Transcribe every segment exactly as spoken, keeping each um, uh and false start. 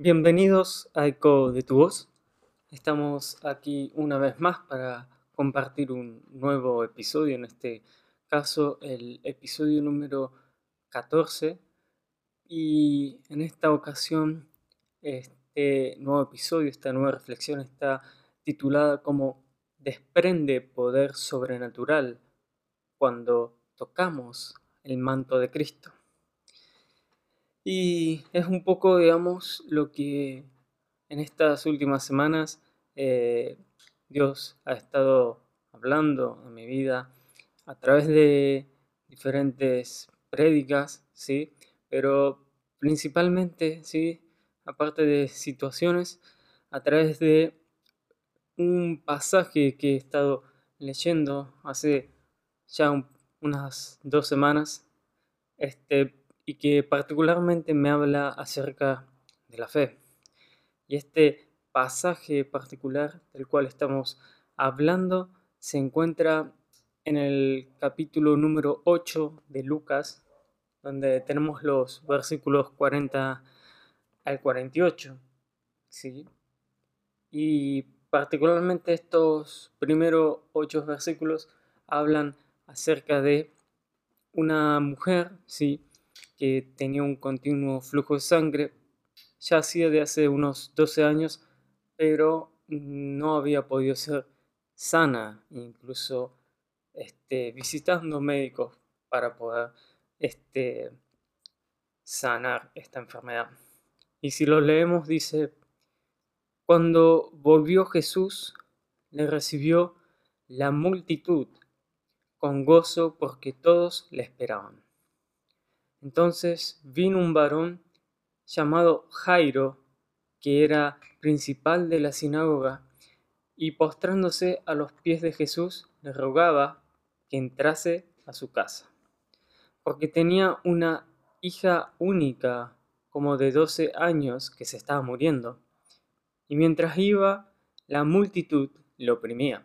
Bienvenidos a Eco de tu Voz. Estamos aquí una vez más para compartir un nuevo episodio, en este caso el episodio número catorce. Y en esta ocasión, este nuevo episodio, esta nueva reflexión está titulada como Desprende poder sobrenatural cuando tocamos el manto de Cristo. Y es un poco, digamos, lo que en estas últimas semanas eh, Dios ha estado hablando a mi vida a través de diferentes prédicas, ¿sí? Pero principalmente, ¿sí? Aparte de situaciones, a través de un pasaje que he estado leyendo hace ya un- unas dos semanas, este, y que particularmente me habla acerca de la fe. Y este pasaje particular del cual estamos hablando se encuentra en el capítulo número ocho de Lucas, donde tenemos los versículos cuarenta al cuarenta y ocho, ¿sí? Y particularmente estos primeros ocho versículos hablan acerca de una mujer, ¿sí?, que tenía un continuo flujo de sangre, ya hacía de hace unos doce años, pero no había podido ser sana, incluso este, visitando médicos para poder este, sanar esta enfermedad. Y si lo leemos, dice: cuando volvió Jesús, le recibió la multitud con gozo porque todos le esperaban. Entonces vino un varón llamado Jairo, que era principal de la sinagoga, y postrándose a los pies de Jesús, le rogaba que entrase a su casa, porque tenía una hija única, como de doce años, que se estaba muriendo, y mientras iba, la multitud le oprimía.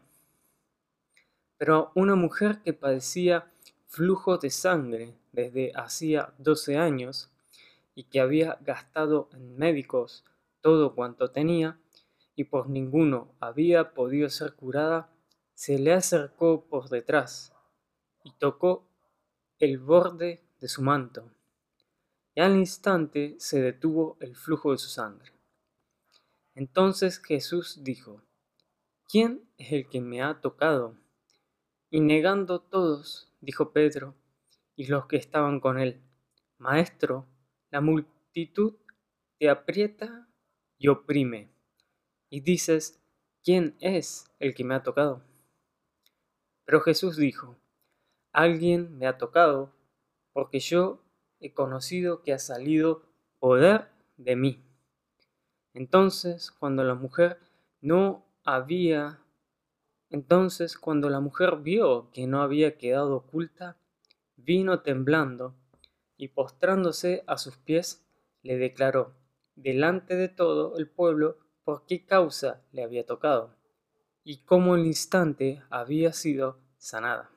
Pero una mujer que padecía flujo de sangre desde hacía doce años, y que había gastado en médicos todo cuanto tenía, y por ninguno había podido ser curada, se le acercó por detrás y tocó el borde de su manto, y al instante se detuvo el flujo de su sangre. Entonces Jesús dijo: ¿quién es el que me ha tocado? Y negando todos, dijo Pedro y los que estaban con él: Maestro, la multitud te aprieta y oprime, y dices: ¿quién es el que me ha tocado? Pero Jesús dijo: alguien me ha tocado, porque yo he conocido que ha salido poder de mí. Entonces, cuando la mujer no había, entonces cuando la mujer vio que no había quedado oculta, vino temblando y postrándose a sus pies, le declaró delante de todo el pueblo por qué causa le había tocado y cómo al instante había sido sanada.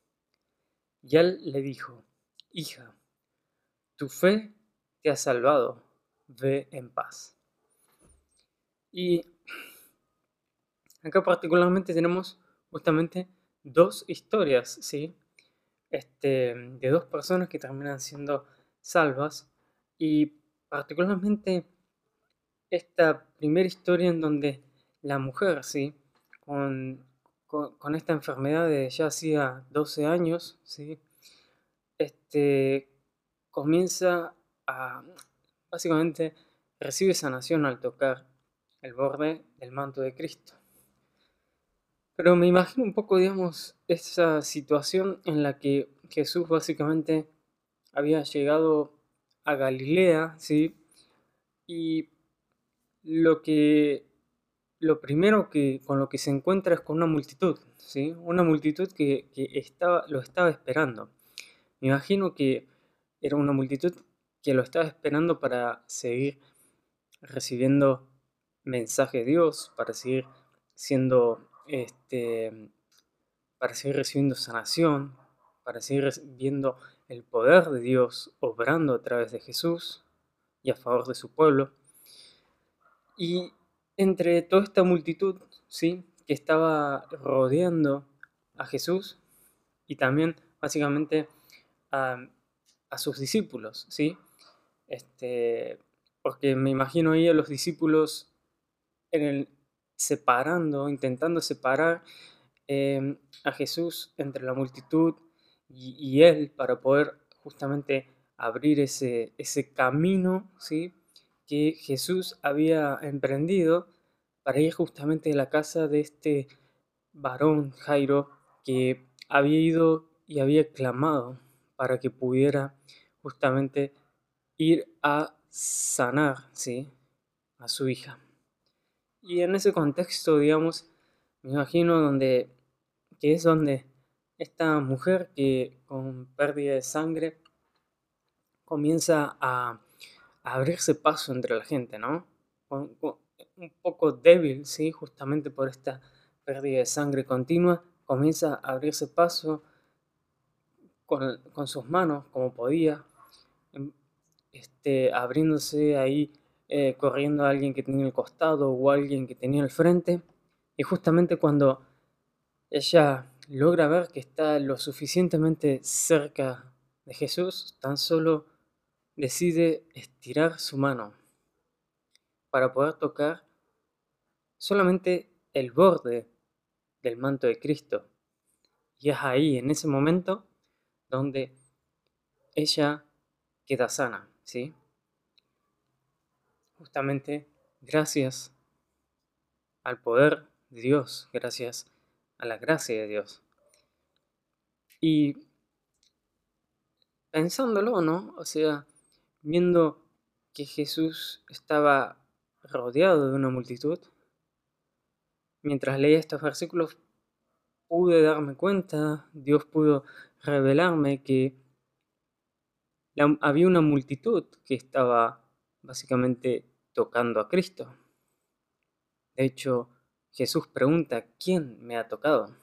Y él le dijo: hija, tu fe te ha salvado, ve en paz. Y acá particularmente tenemos justamente dos historias, ¿sí? Este, de dos personas que terminan siendo salvas, y particularmente esta primera historia en donde la mujer, ¿sí?, con, con, con esta enfermedad de ya hacía doce años, ¿sí?, este, comienza a, básicamente, recibe sanación al tocar el borde del manto de Cristo. Pero me imagino un poco, digamos, esa situación en la que Jesús básicamente había llegado a Galilea, ¿sí? Y lo que lo primero que con lo que se encuentra es con una multitud, ¿sí? Una multitud que, que estaba, lo estaba esperando. Me imagino que era una multitud que lo estaba esperando para seguir recibiendo mensaje de Dios, para seguir siendo, este, para seguir recibiendo sanación, para seguir viendo el poder de Dios obrando a través de Jesús y a favor de su pueblo. Y entre toda esta multitud, ¿sí?, que estaba rodeando a Jesús y también básicamente a, a sus discípulos, ¿sí? Este, porque me imagino ahí a los discípulos en el, separando, intentando separar eh, a Jesús entre la multitud y, y él para poder justamente abrir ese, ese camino, ¿sí?, que Jesús había emprendido para ir justamente a la casa de este varón Jairo que había ido y había clamado para que pudiera justamente ir a sanar, ¿sí?, a su hija. Y en ese contexto, digamos, me imagino donde, que es donde esta mujer que con pérdida de sangre comienza a, a abrirse paso entre la gente, ¿no? Con- con- un poco débil, ¿sí? Justamente por esta pérdida de sangre continua, comienza a abrirse paso con, con sus manos como podía, em, este, abriéndose ahí, eh, corriendo a alguien que tenía el costado o alguien que tenía el frente. Y justamente cuando ella logra ver que está lo suficientemente cerca de Jesús, tan solo decide estirar su mano para poder tocar solamente el borde del manto de Cristo. Y es ahí, en ese momento, donde ella queda sana, ¿sí? Justamente gracias al poder de Dios, gracias a la gracia de Dios. Y pensándolo, ¿no? O sea, viendo que Jesús estaba rodeado de una multitud, mientras leía estos versículos pude darme cuenta, Dios pudo revelarme que la- había una multitud que estaba básicamente tocando a Cristo. De hecho, Jesús pregunta, ¿quién me ha tocado?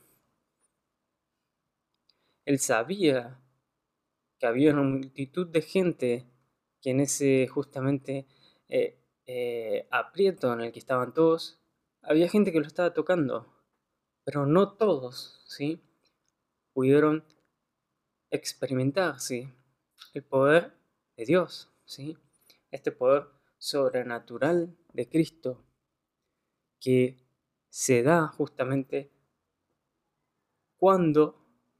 Él sabía que había una multitud de gente que en ese justamente eh, eh, aprieto en el que estaban todos, había gente que lo estaba tocando, pero no todos, ¿sí?, pudieron experimentar, ¿sí?, el poder de Dios, ¿sí?, este poder sobrenatural de Cristo que se da justamente cuando,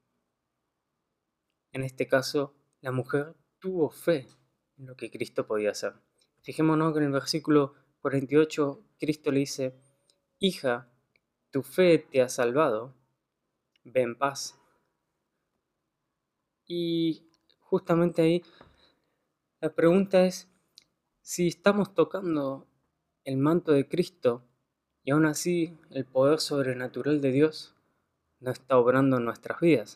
en este caso, la mujer tuvo fe en lo que Cristo podía hacer. Fijémonos que en el versículo cuarenta y ocho Cristo le dice, hija, tu fe te ha salvado, ve en paz. Y justamente ahí la pregunta es, si estamos tocando el manto de Cristo y aún así el poder sobrenatural de Dios no está obrando en nuestras vidas,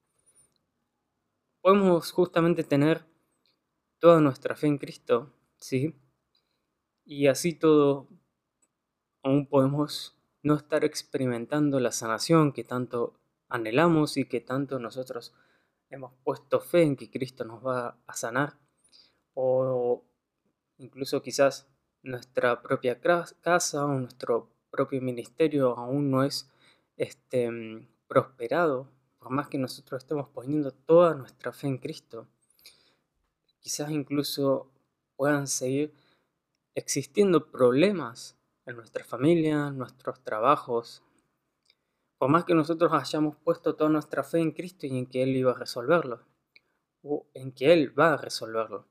podemos justamente tener toda nuestra fe en Cristo, ¿sí? Y así todo, aún podemos no estar experimentando la sanación que tanto anhelamos y que tanto nosotros hemos puesto fe en que Cristo nos va a sanar. O incluso quizás nuestra propia cras- casa o nuestro propio ministerio aún no es este, mm, prosperado, por más que nosotros estemos poniendo toda nuestra fe en Cristo. Quizás incluso puedan seguir existiendo problemas en nuestra familia, en nuestros trabajos, por más que nosotros hayamos puesto toda nuestra fe en Cristo y en que Él iba a resolverlo, o en que Él va a resolverlo.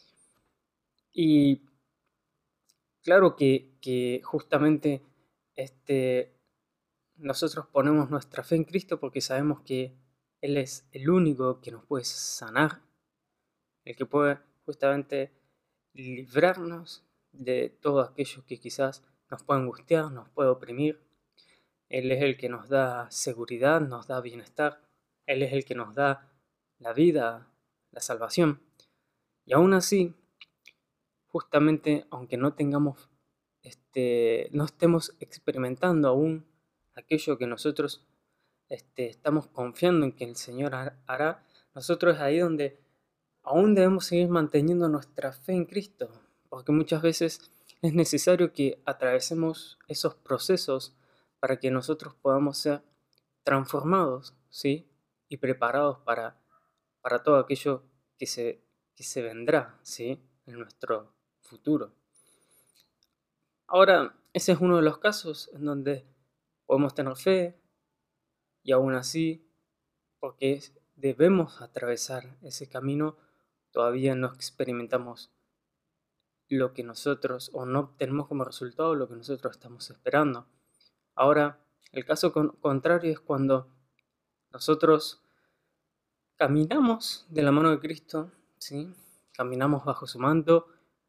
Y claro que, que justamente este, nosotros ponemos nuestra fe en Cristo porque sabemos que Él es el único que nos puede sanar, el que puede justamente librarnos de todo aquello que quizás nos puede angustiar, nos puede oprimir. Él es el que nos da seguridad, nos da bienestar. Él es el que nos da la vida, la salvación. Y aún así, justamente aunque no tengamos, este, no estemos experimentando aún aquello que nosotros este, estamos confiando en que el Señor hará, nosotros es ahí donde aún debemos seguir manteniendo nuestra fe en Cristo, porque muchas veces Es necesario que atravesemos esos procesos para que nosotros podamos ser transformados, ¿sí? Y preparados para, para todo aquello que se, que se vendrá, ¿sí? En nuestro futuro. Ahora, ese es uno de los casos en donde podemos tener fe y aún así, porque es- debemos atravesar ese camino, todavía no experimentamos lo que nosotros o no obtenemos como resultado lo que nosotros estamos esperando. Ahora, el caso con- contrario es cuando nosotros caminamos de la mano de Cristo, ¿sí? Caminamos bajo su manto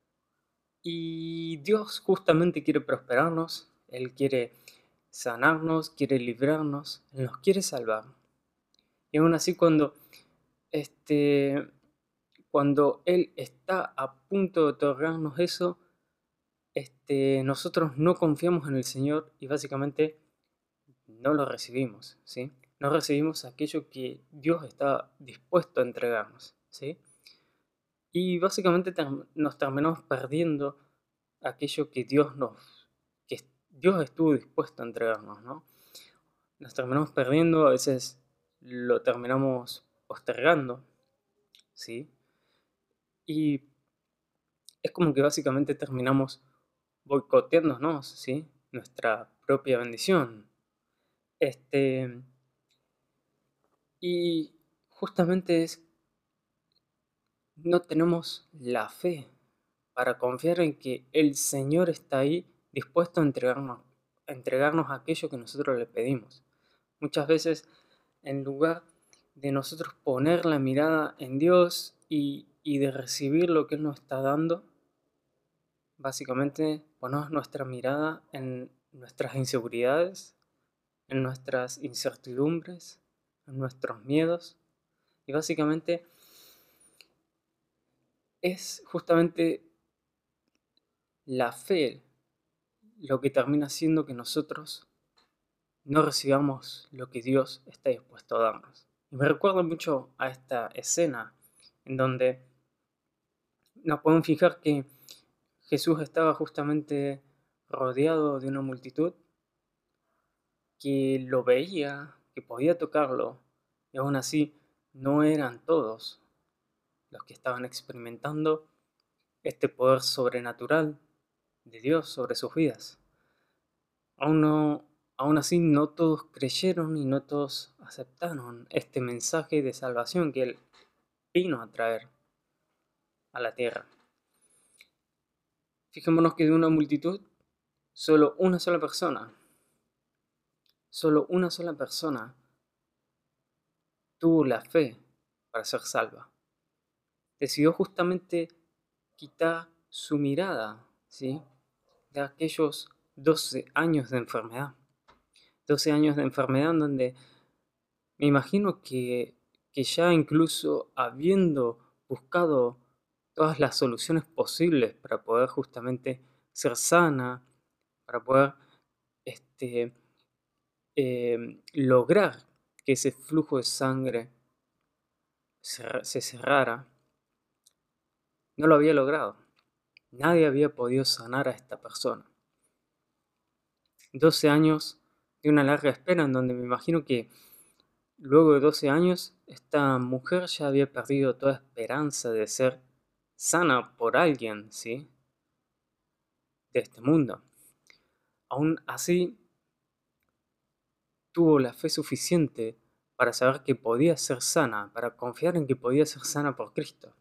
y Dios justamente quiere prosperarnos, Él quiere sanarnos, quiere librarnos, Él nos quiere salvar. Y aún así cuando, este, cuando Él está a punto de otorgarnos eso, este, nosotros no confiamos en el Señor y básicamente no lo recibimos, ¿sí? No recibimos aquello que Dios está dispuesto a entregarnos, ¿sí? Y básicamente term- nos terminamos perdiendo aquello que Dios nos, que Dios estuvo dispuesto a entregarnos, ¿no? Nos terminamos perdiendo, a veces lo terminamos postergando, ¿sí? Y es como que básicamente terminamos boicoteándonos, ¿sí? Nuestra propia bendición. Este, y justamente es, no tenemos la fe para confiar en que el Señor está ahí dispuesto a entregarnos, a entregarnos aquello que nosotros le pedimos. Muchas veces, en lugar de nosotros poner la mirada en Dios y, y de recibir lo que Él nos está dando, básicamente ponemos nuestra mirada en nuestras inseguridades, en nuestras incertidumbres, en nuestros miedos. Y básicamente es justamente la fe lo que termina siendo que nosotros no recibamos lo que Dios está dispuesto a darnos. Y me recuerda mucho a esta escena en donde nos podemos fijar que Jesús estaba justamente rodeado de una multitud que lo veía, que podía tocarlo, y aún así no eran todos los que estaban experimentando este poder sobrenatural de Dios sobre sus vidas. Aún, no, aún así no todos creyeron y no todos aceptaron este mensaje de salvación que Él vino a traer a la tierra. Fijémonos que de una multitud, solo una sola persona, solo una sola persona tuvo la fe para ser salva. Decidió justamente quitar su mirada, ¿sí? De aquellos doce años de enfermedad. doce años de enfermedad en donde me imagino que, que ya incluso habiendo buscado todas las soluciones posibles para poder justamente ser sana, para poder este, eh, lograr que ese flujo de sangre se, se cerrara, no lo había logrado. Nadie había podido sanar a esta persona. doce años de una larga espera en donde me imagino que luego de doce años esta mujer ya había perdido toda esperanza de ser sana por alguien, ¿sí? De este mundo. Aún así, tuvo la fe suficiente para saber que podía ser sana, para confiar en que podía ser sana por Cristo.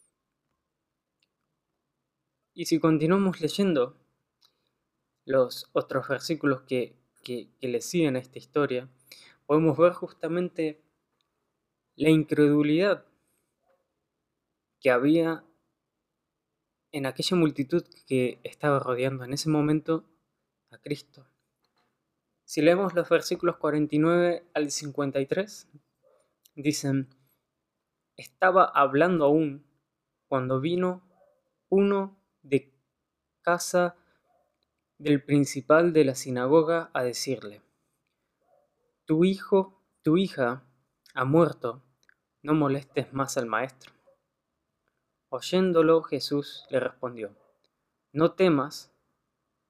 Y si continuamos leyendo los otros versículos que, que, que le siguen a esta historia, podemos ver justamente la incredulidad que había en aquella multitud que estaba rodeando en ese momento a Cristo. Si leemos los versículos cuarenta y nueve al cincuenta y tres, dicen, estaba hablando aún cuando vino uno de casa del principal de la sinagoga a decirle, tu hijo, tu hija ha muerto, no molestes más al maestro. Oyéndolo, Jesús le respondió, no temas,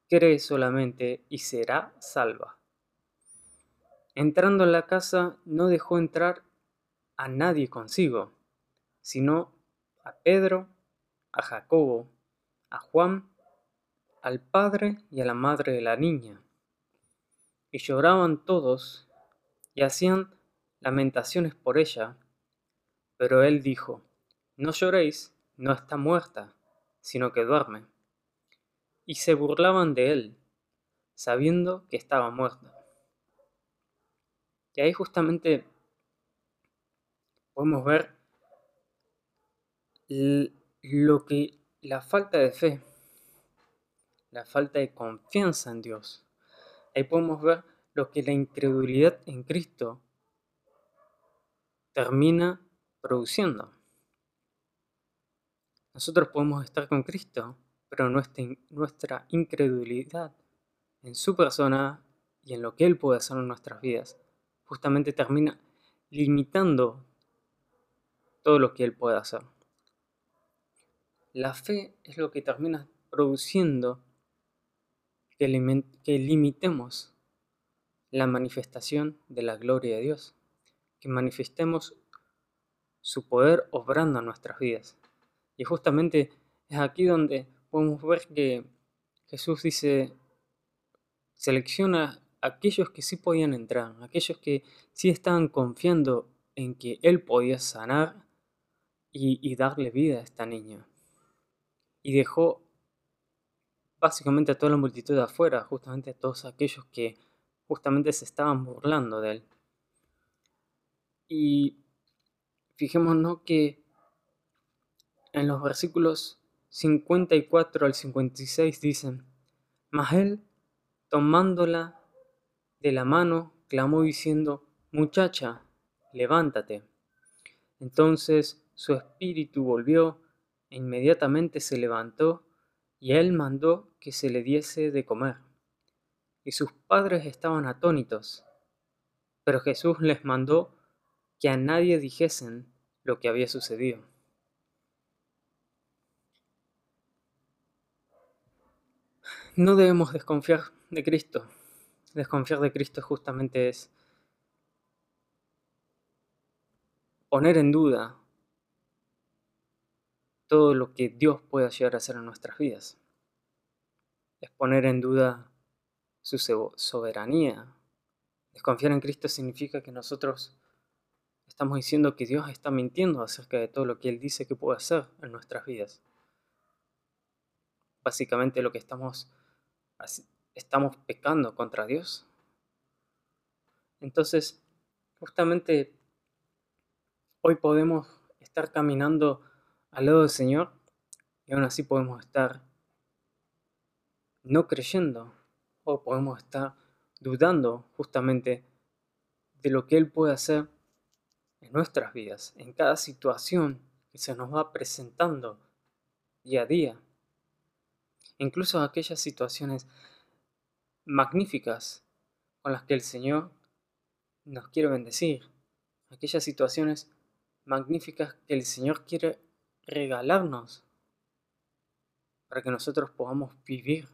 cree solamente y será salva. Entrando en la casa, no dejó entrar a nadie consigo, sino a Pedro, a Jacobo, a Juan, al padre y a la madre de la niña. Y lloraban todos y hacían lamentaciones por ella. Pero él dijo: No lloréis, no está muerta, sino que duerme. Y se burlaban de él, sabiendo que estaba muerta. Y ahí justamente podemos ver lo que la falta de fe, la falta de confianza en Dios. Ahí podemos ver lo que la incredulidad en Cristo termina produciendo. Nosotros podemos estar con Cristo, pero nuestra, nuestra incredulidad en su persona y en lo que Él puede hacer en nuestras vidas, justamente termina limitando todo lo que Él puede hacer. La fe es lo que termina produciendo que, lim que limitemos la manifestación de la gloria de Dios, que manifestemos su poder obrando en nuestras vidas. Y justamente es aquí donde podemos ver que Jesús dice, selecciona a aquellos que sí podían entrar, aquellos que sí estaban confiando en que Él podía sanar y, y darle vida a esta niña. Y dejó básicamente a toda la multitud de afuera, justamente a todos aquellos que justamente se estaban burlando de Él. Y fijémonos que en los versículos cincuenta y cuatro al cincuenta y seis dicen: Mas él, tomándola de la mano, clamó diciendo: Muchacha, levántate. Entonces su espíritu volvió, e inmediatamente se levantó, y él mandó que se le diese de comer. Y sus padres estaban atónitos, pero Jesús les mandó que a nadie dijesen lo que había sucedido. No debemos desconfiar de Cristo. Desconfiar de Cristo justamente es poner en duda todo lo que Dios pueda llegar a hacer en nuestras vidas. Es poner en duda su soberanía. Desconfiar en Cristo significa que nosotros estamos diciendo que Dios está mintiendo acerca de todo lo que Él dice que puede hacer en nuestras vidas. Básicamente lo que estamos, estamos pecando contra Dios. Entonces, justamente hoy podemos estar caminando al lado del Señor y aún así podemos estar no creyendo o podemos estar dudando justamente de lo que Él puede hacer en nuestras vidas, en cada situación que se nos va presentando día a día. Incluso aquellas situaciones magníficas con las que el Señor nos quiere bendecir, aquellas situaciones magníficas que el Señor quiere regalarnos para que nosotros podamos vivir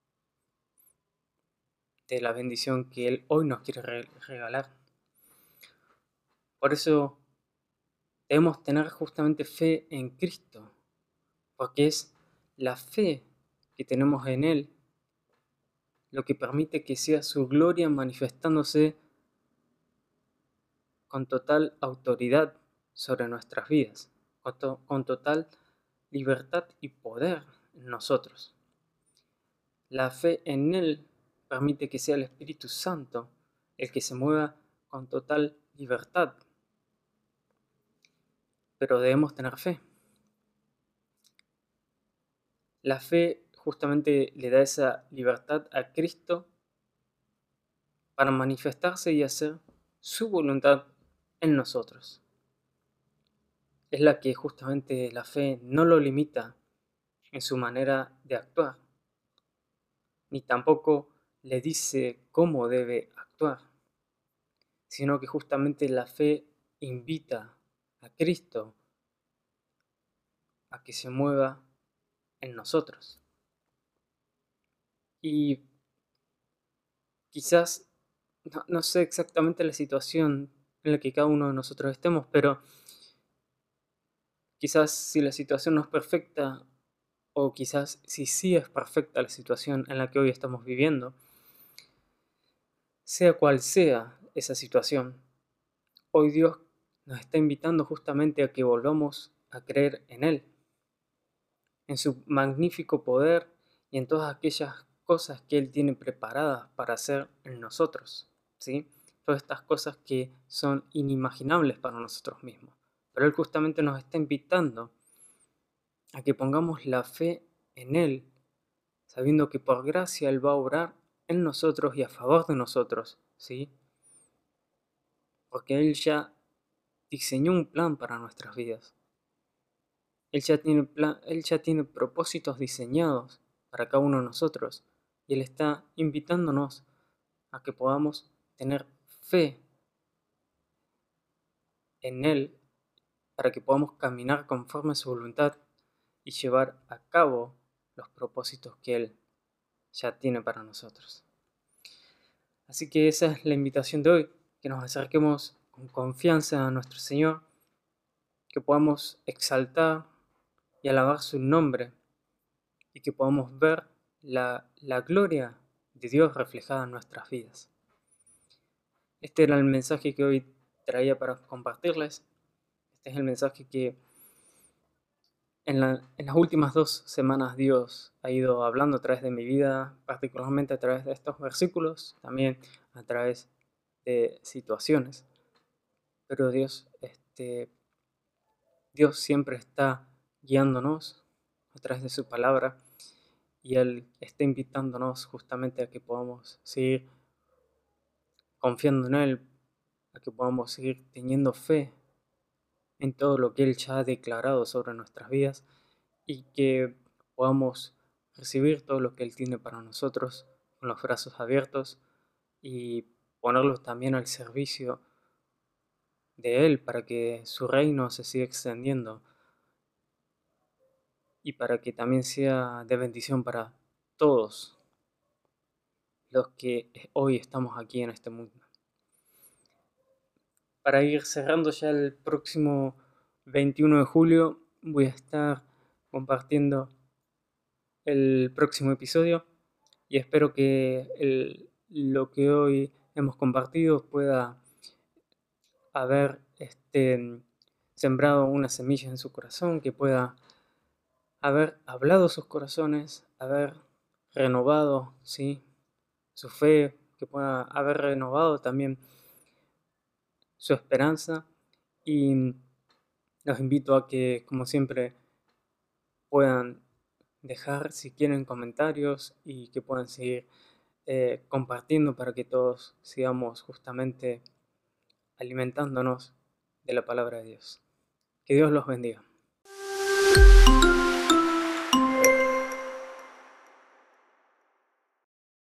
de la bendición que Él hoy nos quiere regalar. Por eso debemos tener justamente fe en Cristo, porque es la fe que tenemos en Él lo que permite que sea su gloria manifestándose con total autoridad sobre nuestras vidas, con, to con total libertad y poder en nosotros. La fe en Él permite que sea el Espíritu Santo el que se mueva con total libertad. Pero debemos tener fe. La fe justamente le da esa libertad a Cristo para manifestarse y hacer su voluntad en nosotros. Es la que justamente la fe no lo limita en su manera de actuar, ni tampoco le dice cómo debe actuar, sino que justamente la fe invita a Cristo a que se mueva en nosotros. Y quizás, no, no sé exactamente la situación en la que cada uno de nosotros estemos, pero quizás si la situación no es perfecta, o quizás si sí es perfecta la situación en la que hoy estamos viviendo, sea cual sea esa situación, hoy Dios nos está invitando justamente a que volvamos a creer en Él, en su magnífico poder y en todas aquellas cosas que Él tiene preparadas para hacer en nosotros, ¿sí? Todas estas cosas que son inimaginables para nosotros mismos. Pero Él justamente nos está invitando a que pongamos la fe en Él, sabiendo que por gracia Él va a obrar en nosotros y a favor de nosotros, ¿sí? Porque Él ya diseñó un plan para nuestras vidas. Él ya tiene plan, Él ya tiene propósitos diseñados para cada uno de nosotros. Y Él está invitándonos a que podamos tener fe en Él para que podamos caminar conforme a su voluntad y llevar a cabo los propósitos que Él ya tiene para nosotros. Así que esa es la invitación de hoy, que nos acerquemos con confianza a nuestro Señor, que podamos exaltar y alabar su nombre y que podamos ver la, la gloria de Dios reflejada en nuestras vidas. Este era el mensaje que hoy traía para compartirles. Este es el mensaje que en, la, en las últimas dos semanas Dios ha ido hablando a través de mi vida, particularmente a través de estos versículos, también a través de situaciones. Pero Dios, este, Dios siempre está guiándonos a través de su palabra y Él está invitándonos justamente a que podamos seguir confiando en Él, a que podamos seguir teniendo fe en todo lo que Él ya ha declarado sobre nuestras vidas y que podamos recibir todo lo que Él tiene para nosotros con los brazos abiertos y ponerlos también al servicio de Él para que su reino se siga extendiendo y para que también sea de bendición para todos los que hoy estamos aquí en este mundo. Para ir cerrando ya el próximo veintiuno de julio voy a estar compartiendo el próximo episodio y espero que el, lo que hoy hemos compartido pueda haber este, sembrado una semilla en su corazón, que pueda haber hablado sus corazones, haber renovado, ¿sí?, su fe, que pueda haber renovado también su esperanza. Y los invito a que, como siempre, puedan dejar si quieren comentarios y que puedan seguir eh, compartiendo para que todos sigamos justamente alimentándonos de la palabra de Dios. Que Dios los bendiga.